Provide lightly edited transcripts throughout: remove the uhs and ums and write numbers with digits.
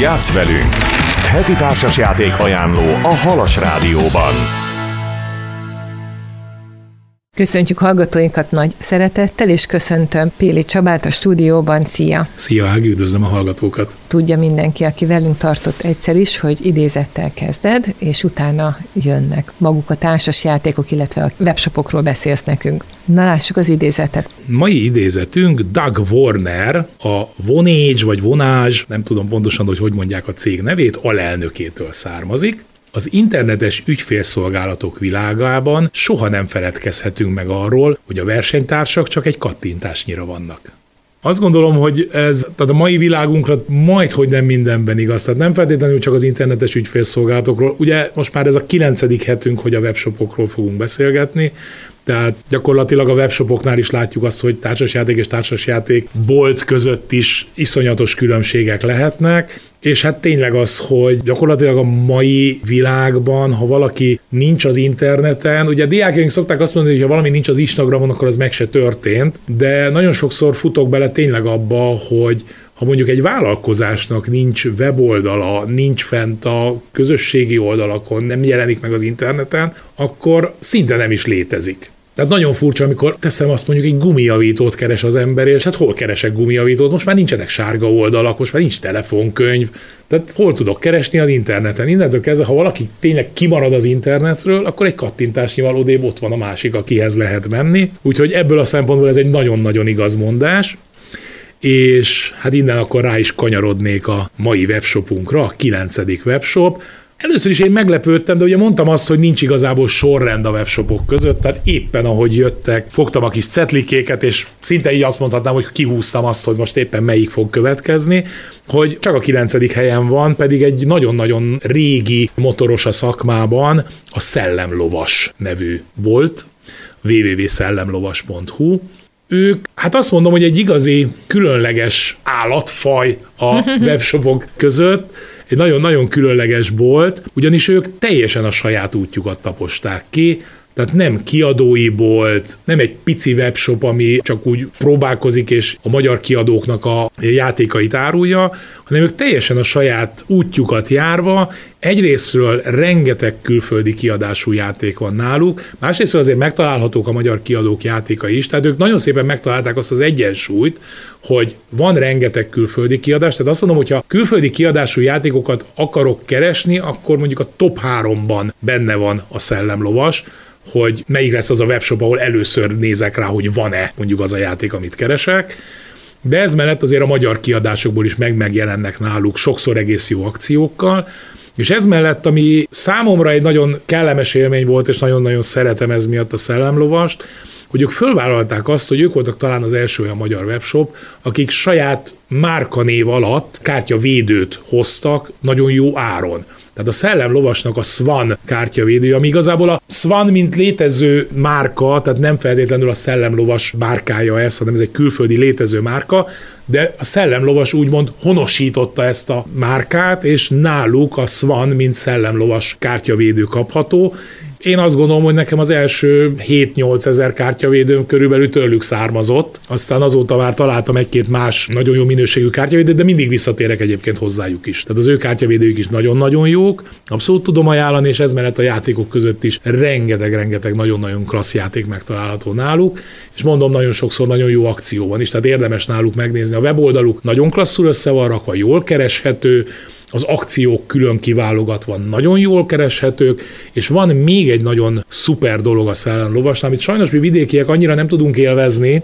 Játsz velünk! Heti társasjáték ajánló a Halas Rádióban. Köszöntjük hallgatóinkat nagy szeretettel, és köszöntöm Péli Csabát a stúdióban. Szia! Szia, Ági, üdvözlöm a hallgatókat! Tudja mindenki, aki velünk tartott egyszer is, hogy idézettel kezded, és utána jönnek maguk a társasjátékok, illetve a webshopokról beszélsz nekünk. Na, lássuk az idézetet. Mai idézetünk Doug Warner, a Vonage vagy Vonage, nem tudom pontosan, hogy mondják a cég nevét, alelnökétől származik. Az internetes ügyfélszolgálatok világában soha nem feledkezhetünk meg arról, hogy a versenytársak csak egy kattintásnyira vannak. Azt gondolom, hogy ez tehát a mai világunkra majdhogy nem mindenben igaz, tehát nem feltétlenül csak az internetes ügyfélszolgálatokról. Ugye most már ez a 9. hetünk, hogy a webshopokról fogunk beszélgetni, tehát gyakorlatilag a webshopoknál is látjuk azt, hogy társasjáték és társasjáték bolt között is iszonyatos különbségek lehetnek, és hát tényleg az, hogy gyakorlatilag a mai világban, ha valaki nincs az interneten, ugye a diákjaink szokták azt mondani, hogy ha valami nincs az Instagramon, akkor az meg se történt, de nagyon sokszor futok bele tényleg abba, hogy ha mondjuk egy vállalkozásnak nincs weboldala, nincs fent a közösségi oldalakon, nem jelenik meg az interneten, akkor szinte nem is létezik. Tehát nagyon furcsa, amikor teszem azt, mondjuk egy gumijavítót keres az ember, és hát hol keresek gumijavítót? Most már nincsenek sárga oldalak, most már nincs telefonkönyv, tehát hol tudok keresni az interneten? Innentől kezdve, ha valaki tényleg kimarad az internetről, akkor egy kattintásnyival odébb ott van a másik, akihez lehet menni. Úgyhogy ebből a szempontból ez egy nagyon-nagyon igaz mondás. És hát innen akkor rá is kanyarodnék a mai webshopunkra, a 9. webshop. Először is én meglepődtem, de ugye mondtam azt, hogy nincs igazából sorrend a webshopok között, tehát éppen ahogy jöttek, fogtam a kis cetlikéket, és szinte így azt mondhatnám, hogy kihúztam azt, hogy most éppen melyik fog következni, hogy csak a 9. helyen van, pedig egy nagyon-nagyon régi motoros a szakmában a Szellemlovas nevű bolt, www.szellemlovas.hu. Ők, hát azt mondom, hogy egy igazi, különleges állatfaj a webshopok között, egy nagyon-nagyon különleges bolt, ugyanis ők teljesen a saját útjukat taposták ki, tehát nem kiadói bolt, nem egy pici webshop, ami csak úgy próbálkozik, és a magyar kiadóknak a játékait árulja, hanem ők teljesen a saját útjukat járva, egyrésztről rengeteg külföldi kiadású játék van náluk, másrésztről azért megtalálhatók a magyar kiadók játékai is, tehát ők nagyon szépen megtalálták azt az egyensúlyt, hogy van rengeteg külföldi kiadás, tehát azt mondom, hogy ha külföldi kiadású játékokat akarok keresni, akkor mondjuk a top 3-ban benne van a Szellemlovas, hogy melyik lesz az a webshop, ahol először nézek rá, hogy van-e mondjuk az a játék, amit keresek. De ez mellett azért a magyar kiadásokból is megjelennek náluk sokszor egész jó akciókkal, és ez mellett, ami számomra egy nagyon kellemes élmény volt, és nagyon-nagyon szeretem ez miatt a Szellemlovast, hogy ők fölvállalták azt, hogy ők voltak talán az első olyan magyar webshop, akik saját márkanév alatt kártyavédőt hoztak nagyon jó áron. Tehát a Szellemlovasnak a Swan kártyavédő, ami igazából a Swan, mint létező márka, tehát nem feltétlenül a Szellemlovas márkája ez, hanem ez egy külföldi létező márka, de a Szellemlovas úgymond honosította ezt a márkát, és náluk a Swan, mint Szellemlovas kártyavédő kapható. Én azt gondolom, hogy nekem az első 7-8 ezer kártyavédőm körülbelül tőlük származott, aztán azóta már találtam egy-két más nagyon jó minőségű kártyavédőt, de mindig visszatérek egyébként hozzájuk is. Tehát az ő kártyavédőik is nagyon-nagyon jók, abszolút tudom ajánlani, és ez mellett a játékok között is rengeteg nagyon-nagyon klassz játék megtalálható náluk, és mondom, nagyon sokszor nagyon jó akció van is, tehát érdemes náluk megnézni. A weboldaluk nagyon klasszul össze van rakva, jól kereshető, az akciók külön kiválogatva nagyon jól kereshetők, és van még egy nagyon szuper dolog a Szellemlovasnál, amit sajnos mi vidékiek annyira nem tudunk élvezni,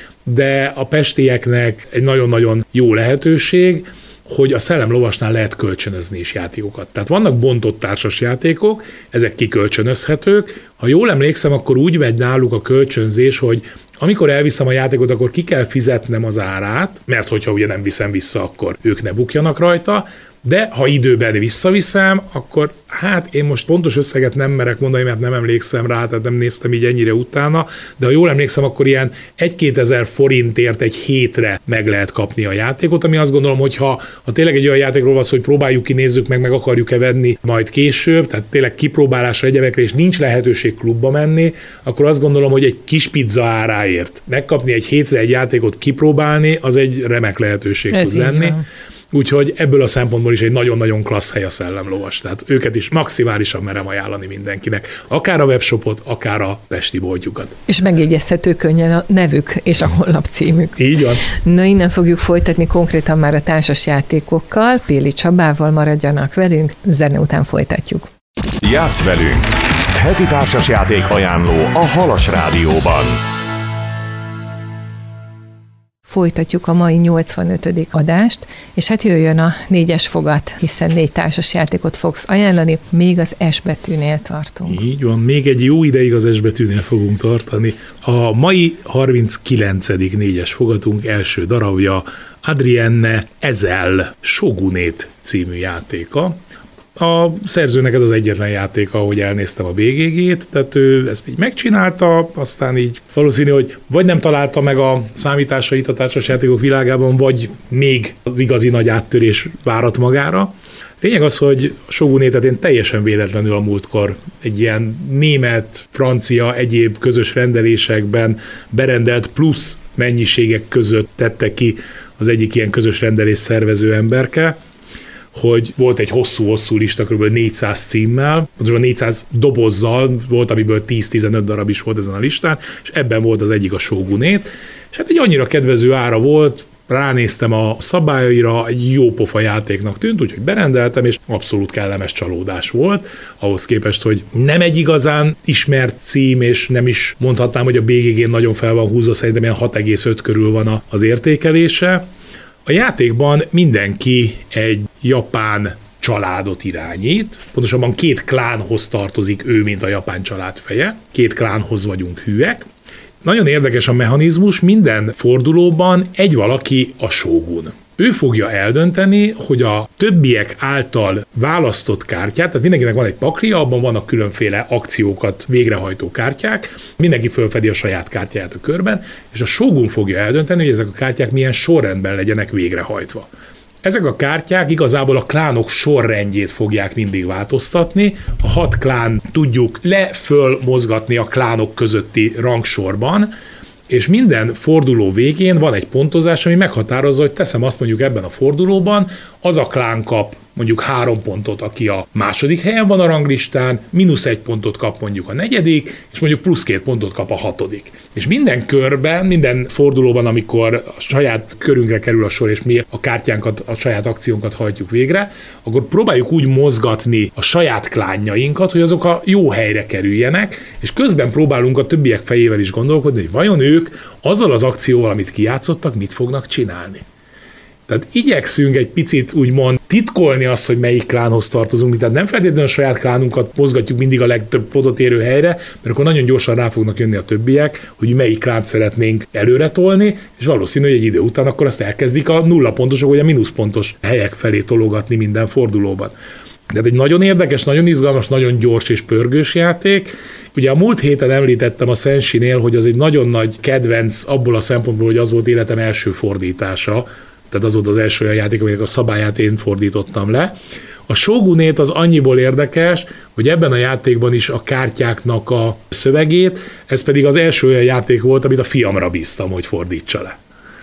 de a pestieknek egy nagyon-nagyon jó lehetőség, hogy a Szellemlovasnál lehet kölcsönözni is játékokat. Tehát vannak bontott társas játékok, ezek kikölcsönözhetők. Ha jól emlékszem, akkor úgy megy náluk a kölcsönzés, hogy amikor elviszem a játékot, akkor ki kell fizetnem az árát, mert hogyha ugye nem viszem vissza, akkor ők ne bukjanak rajta, de ha időben visszaviszem, akkor hát én most pontos összeget nem merek mondani, mert nem emlékszem rá, tehát nem néztem így ennyire utána, de ha jól emlékszem, akkor ilyen 1-2 ezer forintért egy hétre meg lehet kapni a játékot, ami azt gondolom, hogy ha tényleg egy olyan játékról van szó, hogy próbáljuk ki, nézzük meg akarjuk-e venni majd később, tehát tényleg kipróbálásra egyebekre, és nincs lehetőség klubba menni, akkor azt gondolom, hogy egy kis pizza áráért megkapni egy hétre egy játékot kipróbálni, az egy remek lehetőség tud lenni. Van. úgyhogy ebből a szempontból is egy nagyon-nagyon klassz hely a Szellemlovas, tehát őket is maximálisan merem ajánlani mindenkinek, akár a webshopot, akár a pesti boltjukat. És megjegyezhető könnyen a nevük és a honlapcímük. Így van. Na, innen fogjuk folytatni konkrétan már a társasjátékokkal. Péli Csabával maradjanak velünk, zene után folytatjuk. Játsz velünk! Heti társasjáték ajánló a Halas Rádióban. Folytatjuk a mai 85. adást, és hát jöjjön a 4-es fogat, hiszen 4 társasjátékot fogsz ajánlani, még az S betűnél tartunk. Így van, még egy jó ideig az S betűnél fogunk tartani. A mai 39. 4-es fogatunk első darabja Adrienne Ezel Shogunét című játéka. A szerzőnek ez az egyetlen játéka, ahogy elnéztem a BGG-t, tehát ő ezt így megcsinálta, aztán így valószínű, hogy vagy nem találta meg a számításait a társasjátékok világában, vagy még az igazi nagy áttörés várat magára. Lényeg az, hogy a Shogunétet én teljesen véletlenül a múltkor egy ilyen német, francia, egyéb közös rendelésekben berendelt plusz mennyiségek között tette ki az egyik ilyen közös rendelés szervező emberke, hogy volt egy hosszú-hosszú lista, kb. 400 címmel, pontosan 400 dobozzal, volt, amiből 10-15 darab is volt ezen a listán, és ebben volt az egyik a Shogunét, és hát egy annyira kedvező ára volt, ránéztem a szabályaira, egy jó pofa játéknak tűnt, úgyhogy berendeltem, és abszolút kellemes csalódás volt, ahhoz képest, hogy nem egy igazán ismert cím, és nem is mondhatnám, hogy a BGG-n nagyon fel van húzva, szerintem ilyen 6,5 körül van az értékelése. A játékban mindenki egy japán családot irányít, pontosabban 2 klánhoz tartozik ő, mint a japán család feje, 2 klánhoz vagyunk hűek. Nagyon érdekes a mechanizmus, minden fordulóban egy valaki a sógun. Ő fogja eldönteni, hogy a többiek által választott kártyát, tehát mindenkinek van egy paklia, abban vannak különféle akciókat végrehajtó kártyák, mindenki fölfedi a saját kártyáját a körben, és a sógun fogja eldönteni, hogy ezek a kártyák milyen sorrendben legyenek végrehajtva. Ezek a kártyák igazából a klánok sorrendjét fogják mindig változtatni. A 6 klán tudjuk le-föl mozgatni a klánok közötti rangsorban, és minden forduló végén van egy pontozás, ami meghatározza, hogy teszem azt mondjuk ebben a fordulóban, az a klán kap mondjuk 3 pontot, aki a második helyen van a ranglistán, -1 pontot kap mondjuk a negyedik, és mondjuk +2 pontot kap a 6. És minden körben, minden fordulóban, amikor a saját körünkre kerül a sor, és mi a kártyánkat, a saját akciónkat hajtjuk végre, akkor próbáljuk úgy mozgatni a saját klánjainkat, hogy azok a jó helyre kerüljenek, és közben próbálunk a többiek fejével is gondolkodni, hogy vajon ők azzal az akcióval, amit kijátszottak, mit fognak csinálni. Tehát igyekszünk egy picit úgymond titkolni azt, hogy melyik klánhoz tartozunk, tehát nem feltétlenül a saját klánunkat mozgatjuk mindig a legtöbb pontot érő helyre, mert akkor nagyon gyorsan rá fognak jönni a többiek, hogy melyik klánt szeretnénk előre tolni, és valószínű, hogy egy idő után akkor azt elkezdik a 0 pontosok vagy a -pontos helyek felé tologatni minden fordulóban. De egy nagyon érdekes, nagyon izgalmas, nagyon gyors és pörgős játék. Ugye a múlt héten említettem a Senshi-nél, hogy az egy nagyon nagy kedvenc abból a szempontból, hogy az volt életem első fordítása, tehát az volt az első olyan játék, aminek a szabályát én fordítottam le. A Shogunét az annyiból érdekes, hogy ebben a játékban is a kártyáknak a szövegét, ez pedig az első olyan játék volt, amit a fiamra bíztam, hogy fordítsa le.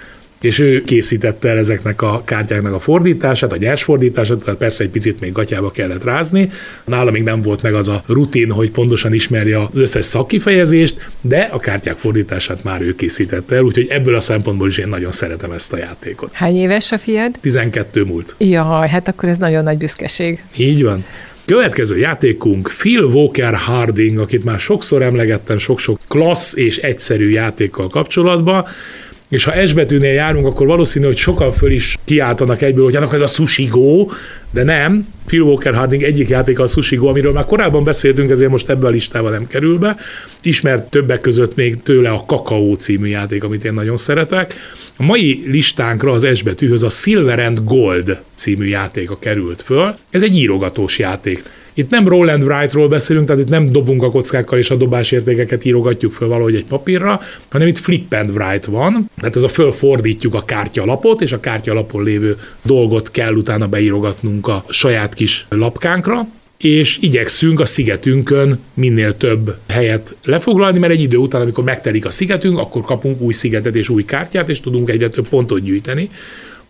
És ő készítette el ezeknek a kártyáknak a fordítását, a nyers fordítását, tehát persze egy picit még gatyába kellett rázni. Nála még nem volt meg az a rutin, hogy pontosan ismerje az összes szakkifejezést, de a kártyák fordítását már ő készítette el, úgyhogy ebből a szempontból is én nagyon szeretem ezt a játékot. Hány éves a fiad? 12 múlt. Jaj, hát akkor ez nagyon nagy büszkeség. Így van. Következő játékunk Phil Walker Harding, akit már sokszor emlegettem, sok-sok klassz és egyszerű játékkal kapcsolatban, és ha S betűnél járunk, akkor valószínű, hogy sokan föl is kiáltanak egyből, hogy hát akkor ez a Sushi Go, de nem. Phil Walker Harding egyik játéka a Sushi Go, amiről már korábban beszéltünk, ezért most ebbe a listába nem kerül be. Ismert többek között még tőle a Kakaó című játék, amit én nagyon szeretek. A mai listánkra az S betűhöz a Silver and Gold című játéka került föl. Ez egy írogatós játék. Itt nem roll and write-ról beszélünk, tehát itt nem dobunk a kockákkal és a dobásértékeket írogatjuk föl valahogy egy papírra, hanem itt flip and write van, tehát ez a fölfordítjuk a kártyalapot, és a kártyalapon lévő dolgot kell utána beírogatnunk a saját kis lapkánkra, és igyekszünk a szigetünkön minél több helyet lefoglalni, mert egy idő után, amikor megtelik a szigetünk, akkor kapunk új szigetet és új kártyát, és tudunk egyre több pontot gyűjteni.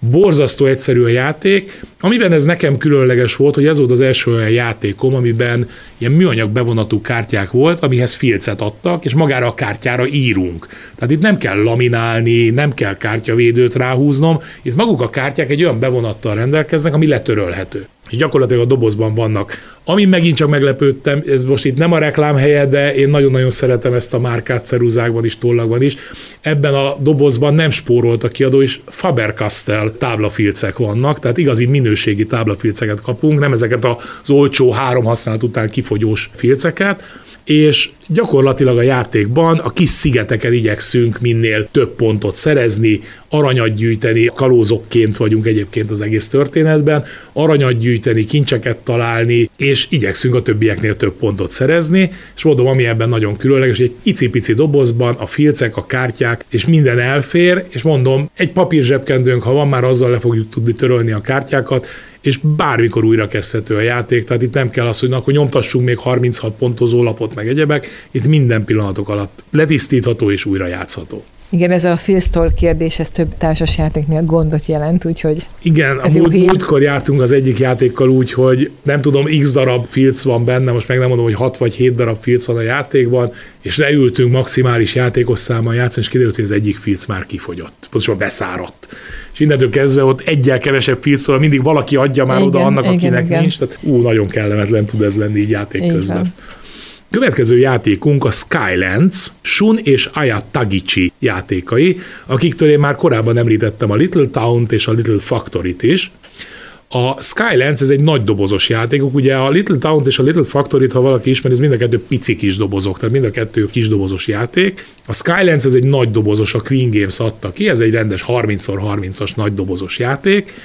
borzasztó egyszerű a játék, amiben ez nekem különleges volt, hogy ez volt az első olyan játékom, amiben ilyen műanyag bevonatú kártyák volt, amihez filcet adtak, és magára a kártyára írunk. Tehát itt nem kell laminálni, nem kell kártyavédőt ráhúznom, itt maguk a kártyák egy olyan bevonattal rendelkeznek, ami letörölhető. És gyakorlatilag a dobozban vannak. Ami megint csak meglepődtem, ez most itt nem a reklám helye, de én nagyon-nagyon szeretem ezt a márkát ceruzákban is, tollakban is. Ebben a dobozban nem spórolt a kiadó, és Faber-Castell táblafilcek vannak, tehát igazi minőségi táblafilceket kapunk, nem ezeket az olcsó 3 használat után kifogyós filceket, és gyakorlatilag a játékban a kis szigeteken igyekszünk minél több pontot szerezni, aranyat gyűjteni, kalózokként vagyunk egyébként az egész történetben, aranyat gyűjteni, kincseket találni, és igyekszünk a többieknél több pontot szerezni, és mondom, ami ebben nagyon különleges, egy icipici dobozban a filcek, a kártyák, és minden elfér, és mondom, egy papír zsebkendőnk, ha van, már azzal le fogjuk tudni törölni a kártyákat, és bármikor újra kezdhető a játék, tehát itt nem kell az, hogy na, akkor nyomtassunk még 36 pontozó lapot, meg egyebek, itt minden pillanatok alatt letisztítható és újra játszható. Igen, ez a filztól kérdés, ez több társasjátéknél gondot jelent, úgyhogy igen, a múltkor jártunk az egyik játékkal úgy, hogy nem tudom, x darab filc van benne, most meg nem mondom, hogy 6 vagy 7 darab filc van a játékban, és leültünk maximális játékos számmal játszani, és kiderült, hogy az egyik filc már kifogyott, pontosan beszáradt. És innentől kezdve ott egyel kevesebb filcről mindig valaki adja már oda annak, akinek nincs, tehát nagyon kellemetlen tud ez lenni így játék közben. Következő játékunk a Skylands, Shun és Aya Tagichi játékai, akiktől én már korábban említettem a Little Town-t és a Little Factory-t is. A Skylands ez egy nagy dobozos játékok, ugye a Little Town-t és a Little Factory-t, ha valaki ismeri, ez mind a kettő pici kis dobozok, tehát mind a kettő kis dobozos játék. A Skylands ez egy nagy dobozos, a Queen Games adta ki, ez egy rendes 30x30-as nagy dobozos játék,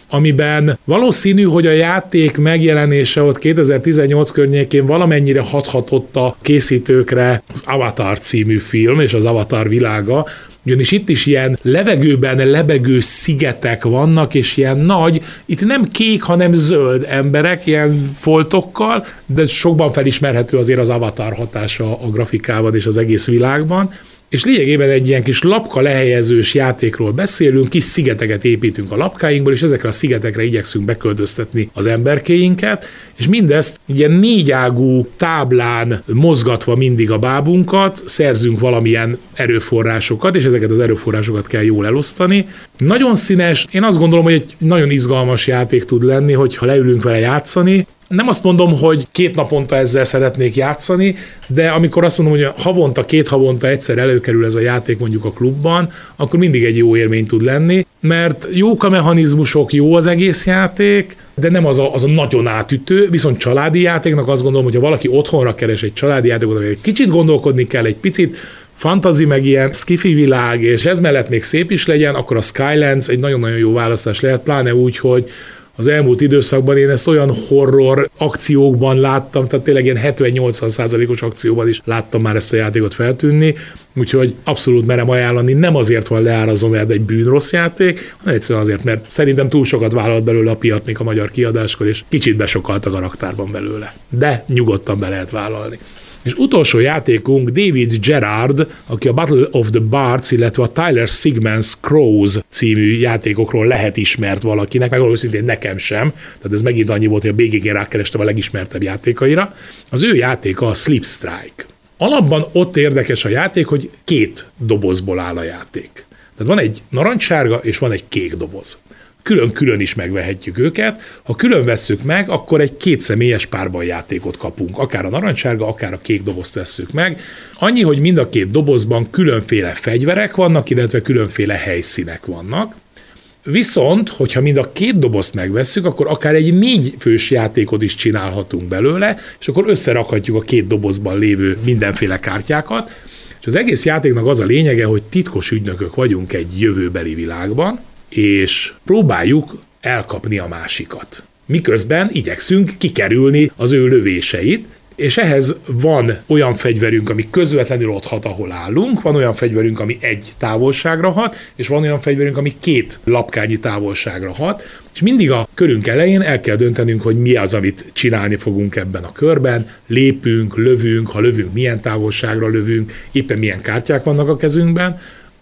amiben valószínű, hogy a játék megjelenése ott 2018 környékén valamennyire hathatott a készítőkre az Avatar című film és az Avatar világa, ugyanis itt is ilyen levegőben lebegő szigetek vannak, és ilyen nagy, itt nem kék, hanem zöld emberek, ilyen foltokkal, de sokban felismerhető azért az Avatar hatása a grafikában és az egész világban. És lényegében egy ilyen kis lapka lehelyezős játékról beszélünk, kis szigeteket építünk a lapkáinkból, és ezekre a szigetekre igyekszünk beköltöztetni az emberkéinket, és mindezt ilyen 4 ágú táblán mozgatva mindig a bábunkat, szerzünk valamilyen erőforrásokat, és ezeket az erőforrásokat kell jól elosztani. Nagyon színes, én azt gondolom, hogy egy nagyon izgalmas játék tud lenni, hogyha leülünk vele játszani. Nem azt mondom, hogy 2 naponta ezzel szeretnék játszani, de amikor azt mondom, hogy havonta, 2 havonta egyszer előkerül ez a játék mondjuk a klubban, akkor mindig egy jó élmény tud lenni, mert jók a mechanizmusok, jó az egész játék, de nem az a nagyon átütő, viszont családi játéknak azt gondolom, hogy ha valaki otthonra keres egy családi játékot, hogy egy kicsit gondolkodni kell, egy picit fantasy meg ilyen skifi világ, és ez mellett még szép is legyen, akkor a Skylands egy nagyon-nagyon jó választás lehet, pláne úgy, hogy az elmúlt időszakban én ezt olyan horror akciókban láttam, tehát tényleg ilyen 70-80%-os akcióban is láttam már ezt a játékot feltűnni, úgyhogy abszolút merem ajánlani, nem azért van leárazom, mert egy bűnrossz játék, hanem egyszerűen azért, mert szerintem túl sokat vállalt belőle a Piatnik a magyar kiadáskor, és kicsit besokalt a raktárban belőle. De nyugodtan be lehet vállalni. És utolsó játékunk David Gerard, aki a Battle of the Bards, illetve a Tyler Sigmans Crows című játékokról lehet ismert valakinek, meg valószínűleg nekem sem, tehát ez megint annyi volt, hogy a BGG-n rákerestem a legismertebb játékaira. Az ő játéka a Sleep Strike. Alapban ott érdekes a játék, hogy 2 dobozból áll a játék. Tehát van egy narancssárga és van egy kék doboz. Külön-külön is megvehetjük őket. Ha külön vesszük meg, akkor egy 2 személyes párban játékot kapunk. Akár a narancssárga, akár a kék dobozt vesszük meg. Annyi, hogy mind a 2 dobozban különféle fegyverek vannak, illetve különféle helyszínek vannak. Viszont, hogyha mind a 2 dobozt megvesszük, akkor akár egy 4 fős játékot is csinálhatunk belőle, és akkor összerakhatjuk a 2 dobozban lévő mindenféle kártyákat. És az egész játéknak az a lényege, hogy titkos ügynökök vagyunk egy jövőbeli világban, és próbáljuk elkapni a másikat. Miközben igyekszünk kikerülni az ő lövéseit, és ehhez van olyan fegyverünk, ami közvetlenül ott hat, ahol állunk, van olyan fegyverünk, ami 1 távolságra hat, és van olyan fegyverünk, ami 2 lapkányi távolságra hat, és mindig a körünk elején el kell döntenünk, hogy mi az, amit csinálni fogunk ebben a körben, lépünk, lövünk, ha lövünk, milyen távolságra lövünk, éppen milyen kártyák vannak a kezünkben.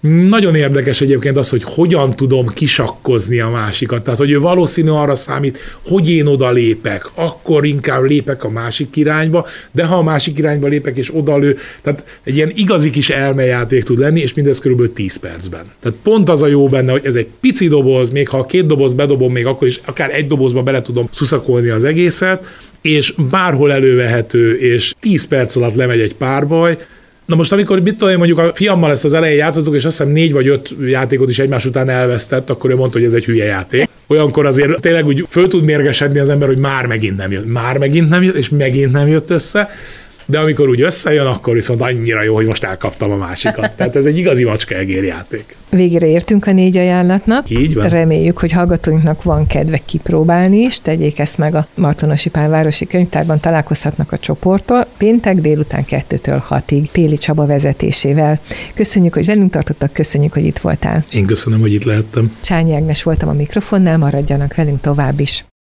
Nagyon érdekes egyébként az, hogy hogyan tudom kisakkozni a másikat. Tehát, hogy ő valószínű arra számít, hogy én oda lépek, akkor inkább lépek a másik irányba, de ha a másik irányba lépek és odalő, tehát egy ilyen igazi kis elmejáték tud lenni, és mindez körülbelül 10 percben. Tehát pont az a jó benne, hogy ez egy pici doboz, még ha 2 doboz bedobom, még akkor is akár egy dobozba bele tudom szuszakolni az egészet, és bárhol elővehető, és 10 perc alatt lemegy egy párbaj. Na most, amikor mondjuk a fiammal ezt az elején játszottuk, és azt hiszem 4 vagy 5 játékot is egymás után elvesztett, akkor ő mondta, hogy ez egy hülye játék. Olyankor azért tényleg úgy föl tud mérgesedni az ember, hogy már megint nem jött, és megint nem jött össze. De amikor úgy összejön, akkor viszont annyira jó, hogy most elkaptam a másikat. Tehát ez egy igazi macskaegér játék. Végére értünk a 4 ajánlatnak. Így van. Reméljük, hogy hallgatóinknak van kedve kipróbálni is. Tegyék ezt meg a Martonosipán városi könyvtárban, találkozhatnak a csoporttól. Péntek délután 2-től 6-ig Péli Csaba vezetésével. Köszönjük, hogy velünk tartottak, köszönjük, hogy itt voltál. Én köszönöm, hogy itt lehettem. Csányi Ágnes voltam a mikrofonnál, maradjanak velünk tovább is.